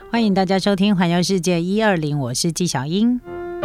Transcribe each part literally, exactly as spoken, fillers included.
欢迎大家收听环游世界一二零，我是纪晓英。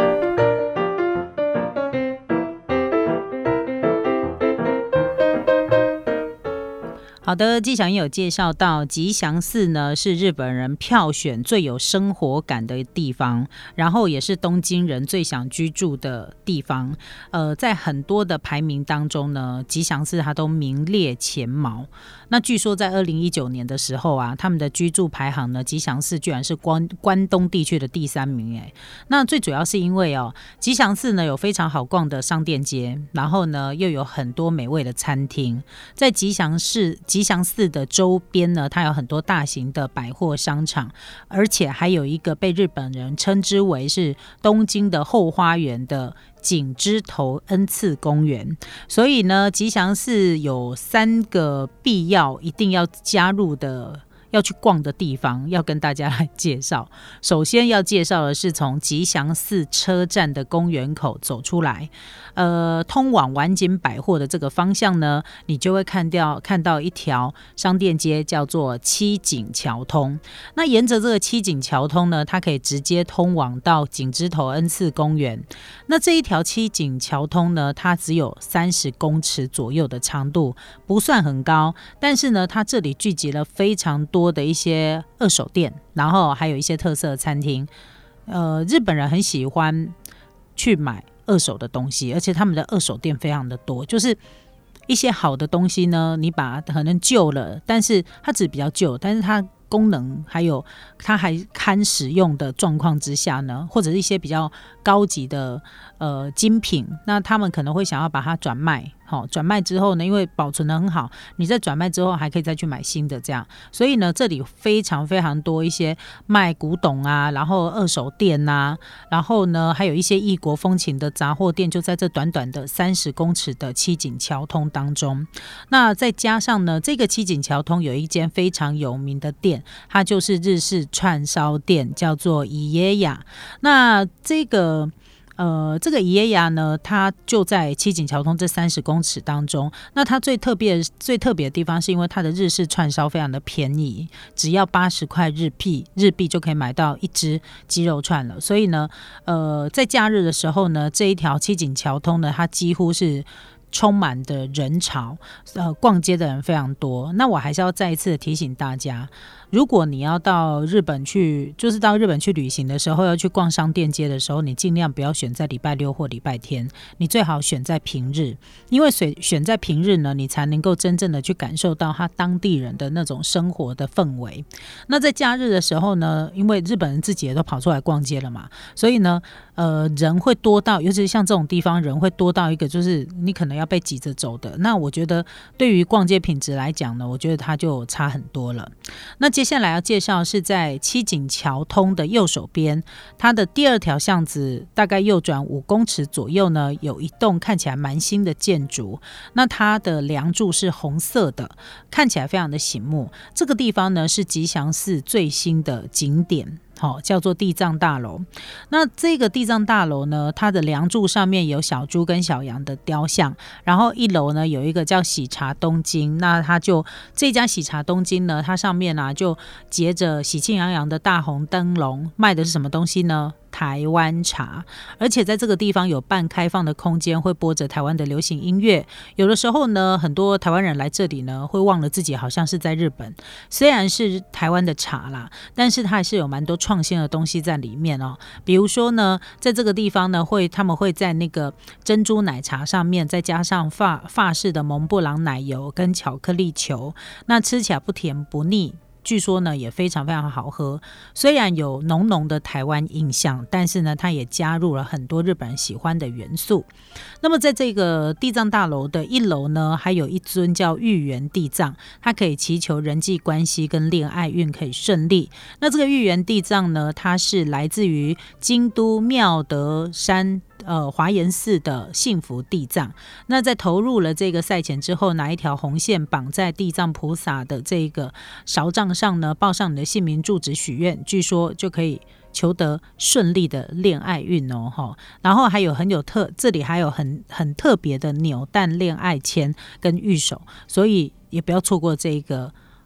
好的，纪晓英有介绍到吉祥寺呢是日本人票选最有生活感的地方，然后也是东京人最想居住的地方。呃，在很多的排名当中呢，吉祥寺它都名列前茅。那据说在二零一九年的时候啊，他们的居住排行呢，吉祥寺居然是关关东地区的第三名哎。那最主要是因为哦，吉祥寺呢有非常好逛的商店街，然后呢又有很多美味的餐厅。在吉祥寺吉祥寺的周边呢，它有很多大型的百货商场，而且还有一个被日本人称之为是东京的后花园的景之头恩赐公园。所以呢，吉祥寺有三个必要一定要加入的要去逛的地方，要跟大家来介绍。首先要介绍的是从吉祥寺车站的公园口走出来，呃，通往丸井百货的这个方向呢，你就会看到看到一条商店街，叫做七井桥通。那沿着这个七井桥通呢，它可以直接通往到景之头恩赐公园。那这一条七井桥通呢，它只有三十公尺左右的长度，不算很高，但是呢，它这里聚集了非常多的一些二手店，然后还有一些特色餐厅。呃，日本人很喜欢去买二手的东西，而且他们的二手店非常的多，就是一些好的东西呢，你把它可能旧了，但是它只比较旧，但是它功能还有它还堪使用的状况之下呢，或者是一些比较高级的呃精品，那他们可能会想要把它转卖。好，转卖之后呢，因为保存得很好，你在转卖之后还可以再去买新的这样。所以呢，这里非常非常多一些卖古董啊，然后二手店啊，然后呢还有一些异国风情的杂货店，就在这短短的三十公尺的七井桥通当中。那再加上呢，这个七井桥通有一间非常有名的店，它就是日式串烧店，叫做伊耶雅。那这个呃，这个伊耶雅呢，它就在七井桥通这三十公尺当中。那它最特别最特别的地方，是因为它的日式串烧非常的便宜，只要八十块日币，日币就可以买到一只鸡肉串了。所以呢，呃，在假日的时候呢，这一条七井桥通呢，它几乎是充满的人潮，呃，逛街的人非常多。那我还是要再一次的提醒大家，如果你要到日本去，就是到日本去旅行的时候，要去逛商店街的时候，你尽量不要选在礼拜六或礼拜天，你最好选在平日，因为选在平日呢，你才能够真正的去感受到他当地人的那种生活的氛围。那在假日的时候呢，因为日本人自己也都跑出来逛街了嘛，所以呢，呃，人会多到，尤其是像这种地方，人会多到一个就是你可能要被挤着走的。那我觉得对于逛街品质来讲呢，我觉得它就差很多了。那接下来要介绍是在七井桥通的右手边，它的第二条巷子大概右转五公尺左右呢，有一栋看起来蛮新的建筑。那它的梁柱是红色的，看起来非常的醒目。这个地方呢是吉祥寺最新的景点。好，叫做地藏大楼。那这个地藏大楼呢，它的梁柱上面有小猪跟小羊的雕像，然后一楼呢有一个叫喜茶东京，那它就这家喜茶东京呢，它上面啊就结着喜气洋洋的大红灯笼，卖的是什么东西呢？台湾茶。而且在这个地方有半开放的空间，会播着台湾的流行音乐。有的时候呢，很多台湾人来这里呢，会忘了自己好像是在日本。虽然是台湾的茶啦，但是它还是有蛮多创新的东西在里面哦。比如说呢，在这个地方呢，会他们会在那个珍珠奶茶上面再加上法法式的蒙布朗奶油跟巧克力球，那吃起来不甜不腻。据说呢也非常非常好喝，虽然有浓浓的台湾印象，但是呢它也加入了很多日本人喜欢的元素。那么在这个地藏大楼的一楼呢，还有一尊叫玉元地藏，它可以祈求人际关系跟恋爱运可以顺利。那这个玉元地藏呢，它是来自于京都妙德山呃华严寺的幸福地藏。那在投入了这个赛前之后，拿一条红线绑在地藏菩萨的这个勺杖上呢，报上你的姓名住址许愿，据说就可以求得顺利的恋爱运哦。然后还有很有特，这里还有很很特别的扭蛋恋爱签跟玉手，所以也不要错过这个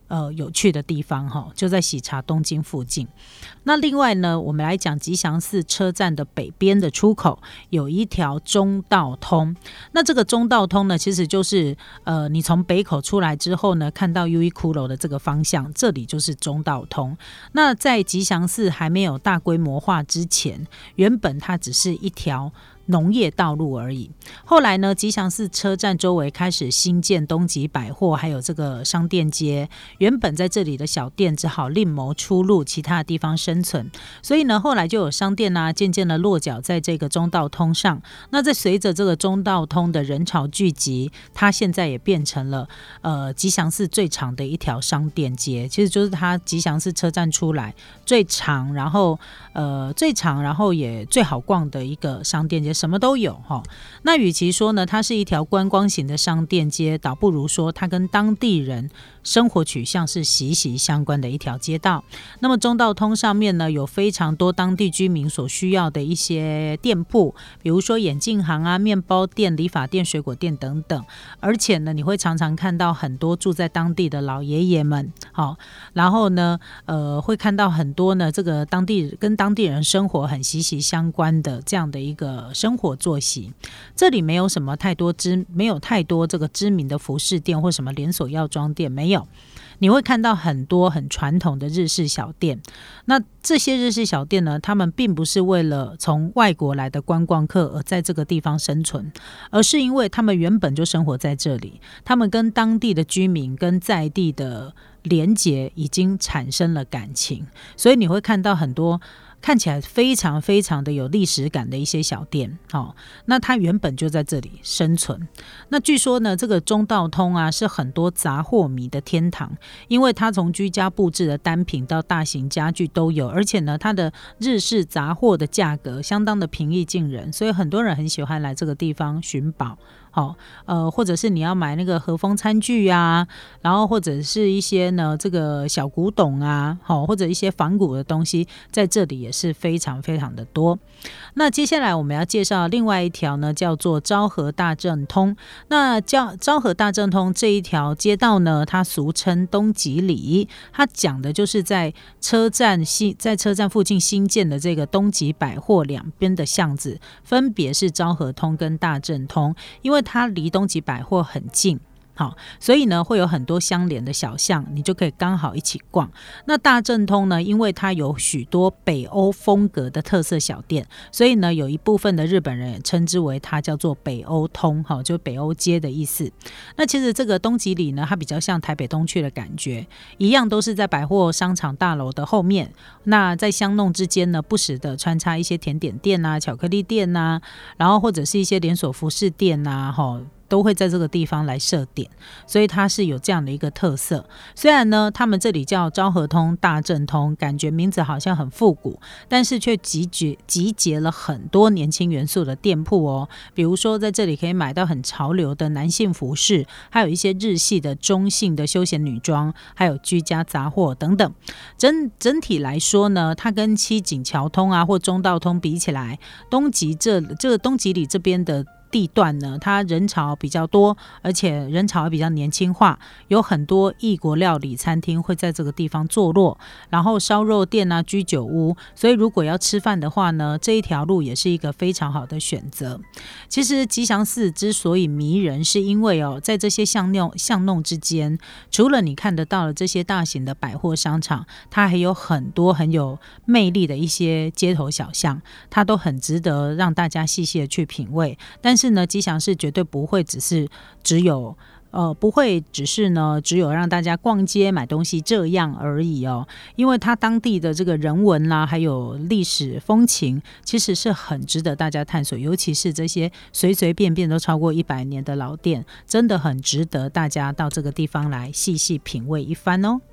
呃有趣的地方哈，就在喜茶东京附近。那另外呢，我们来讲吉祥寺车站的北边的出口有一条中道通。那这个中道通呢，其实就是呃你从北口出来之后呢，看到优衣库楼的这个方向，这里就是中道通。那在吉祥寺还没有大规模化之前，原本它只是一条农业道路而已。后来呢，吉祥寺车站周围开始新建东急百货，还有这个商店街。原本在这里的小店只好另谋出路，其他的地方生存。所以呢，后来就有商店啊，渐渐的落脚在这个中道通上。那在随着这个中道通的人潮聚集，它现在也变成了呃吉祥寺最长的一条商店街。其实就是它吉祥寺车站出来最长，然后呃最长，然后也最好逛的一个商店街。什么都有哈。那与其说呢，它是一条观光型的商店街，倒不如说它跟当地人生活取向是息息相关的一条街道。那么中道通上面呢，有非常多当地居民所需要的一些店铺，比如说眼镜行啊、面包店、理发店、水果店等等。而且呢，你会常常看到很多住在当地的老爷爷们，好，然后呢，呃，会看到很多呢，这个当地跟当地人生活很息息相关的这样的一个生活作息。这里没有什么太多知，没有太多这个知名的服饰店或什么连锁药妆店，没有。你会看到很多很传统的日式小店。那这些日式小店呢，他们并不是为了从外国来的观光客而在这个地方生存，而是因为他们原本就生活在这里，他们跟当地的居民跟在地的连结已经产生了感情。所以你会看到很多看起来非常非常的有历史感的一些小店，哦，那它原本就在这里生存。那据说呢，这个中道通啊是很多杂货迷的天堂，因为它从居家布置的单品到大型家具都有，而且呢，它的日式杂货的价格相当的平易近人，所以很多人很喜欢来这个地方寻宝。好，呃，或者是你要买那个和风餐具啊，然后或者是一些呢这个小古董啊，好，或者一些仿古的东西，在这里也是非常非常的多。那接下来我们要介绍另外一条呢，叫做昭和大正通。那叫昭和大正通这一条街道呢，它俗称东吉里，它讲的就是在车站新在车站附近新建的这个东吉百货两边的巷子，分别是昭和通跟大正通，因为它离东吉百货很近。好，所以呢会有很多相连的小巷，你就可以刚好一起逛。那大正通呢，因为它有许多北欧风格的特色小店，所以呢有一部分的日本人也称之为它叫做北欧通，好，就北欧街的意思。那其实这个东吉里呢，它比较像台北东区的感觉，一样都是在百货商场大楼的后面。那在巷弄之间呢，不时的穿插一些甜点店啊、巧克力店啊，然后或者是一些连锁服饰店啊，齁都会在这个地方来设点，所以它是有这样的一个特色。虽然呢他们这里叫昭和通、大正通，感觉名字好像很复古，但是却集结集结了很多年轻元素的店铺哦。比如说在这里可以买到很潮流的男性服饰，还有一些日系的中性的休闲女装，还有居家杂货等等。整整体来说呢，它跟七井桥通啊或中道通比起来，东吉这这个东吉里这边的地段呢，它人潮比较多，而且人潮也比较年轻化，有很多异国料理餐厅会在这个地方坐落，然后烧肉店啊、居酒屋，所以如果要吃饭的话呢，这一条路也是一个非常好的选择。其实吉祥寺之所以迷人，是因为哦，在这些巷弄巷弄之间，除了你看得到的这些大型的百货商场，它还有很多很有魅力的一些街头小巷，它都很值得让大家细细的去品味。但是呢，吉祥寺绝对不会只是只有呃，不会只是呢只有让大家逛街买东西这样而已哦，因为它当地的这个人文啦，还有历史风情，其实是很值得大家探索，尤其是这些随随便便都超过一百年的老店，真的很值得大家到这个地方来细细品味一番哦。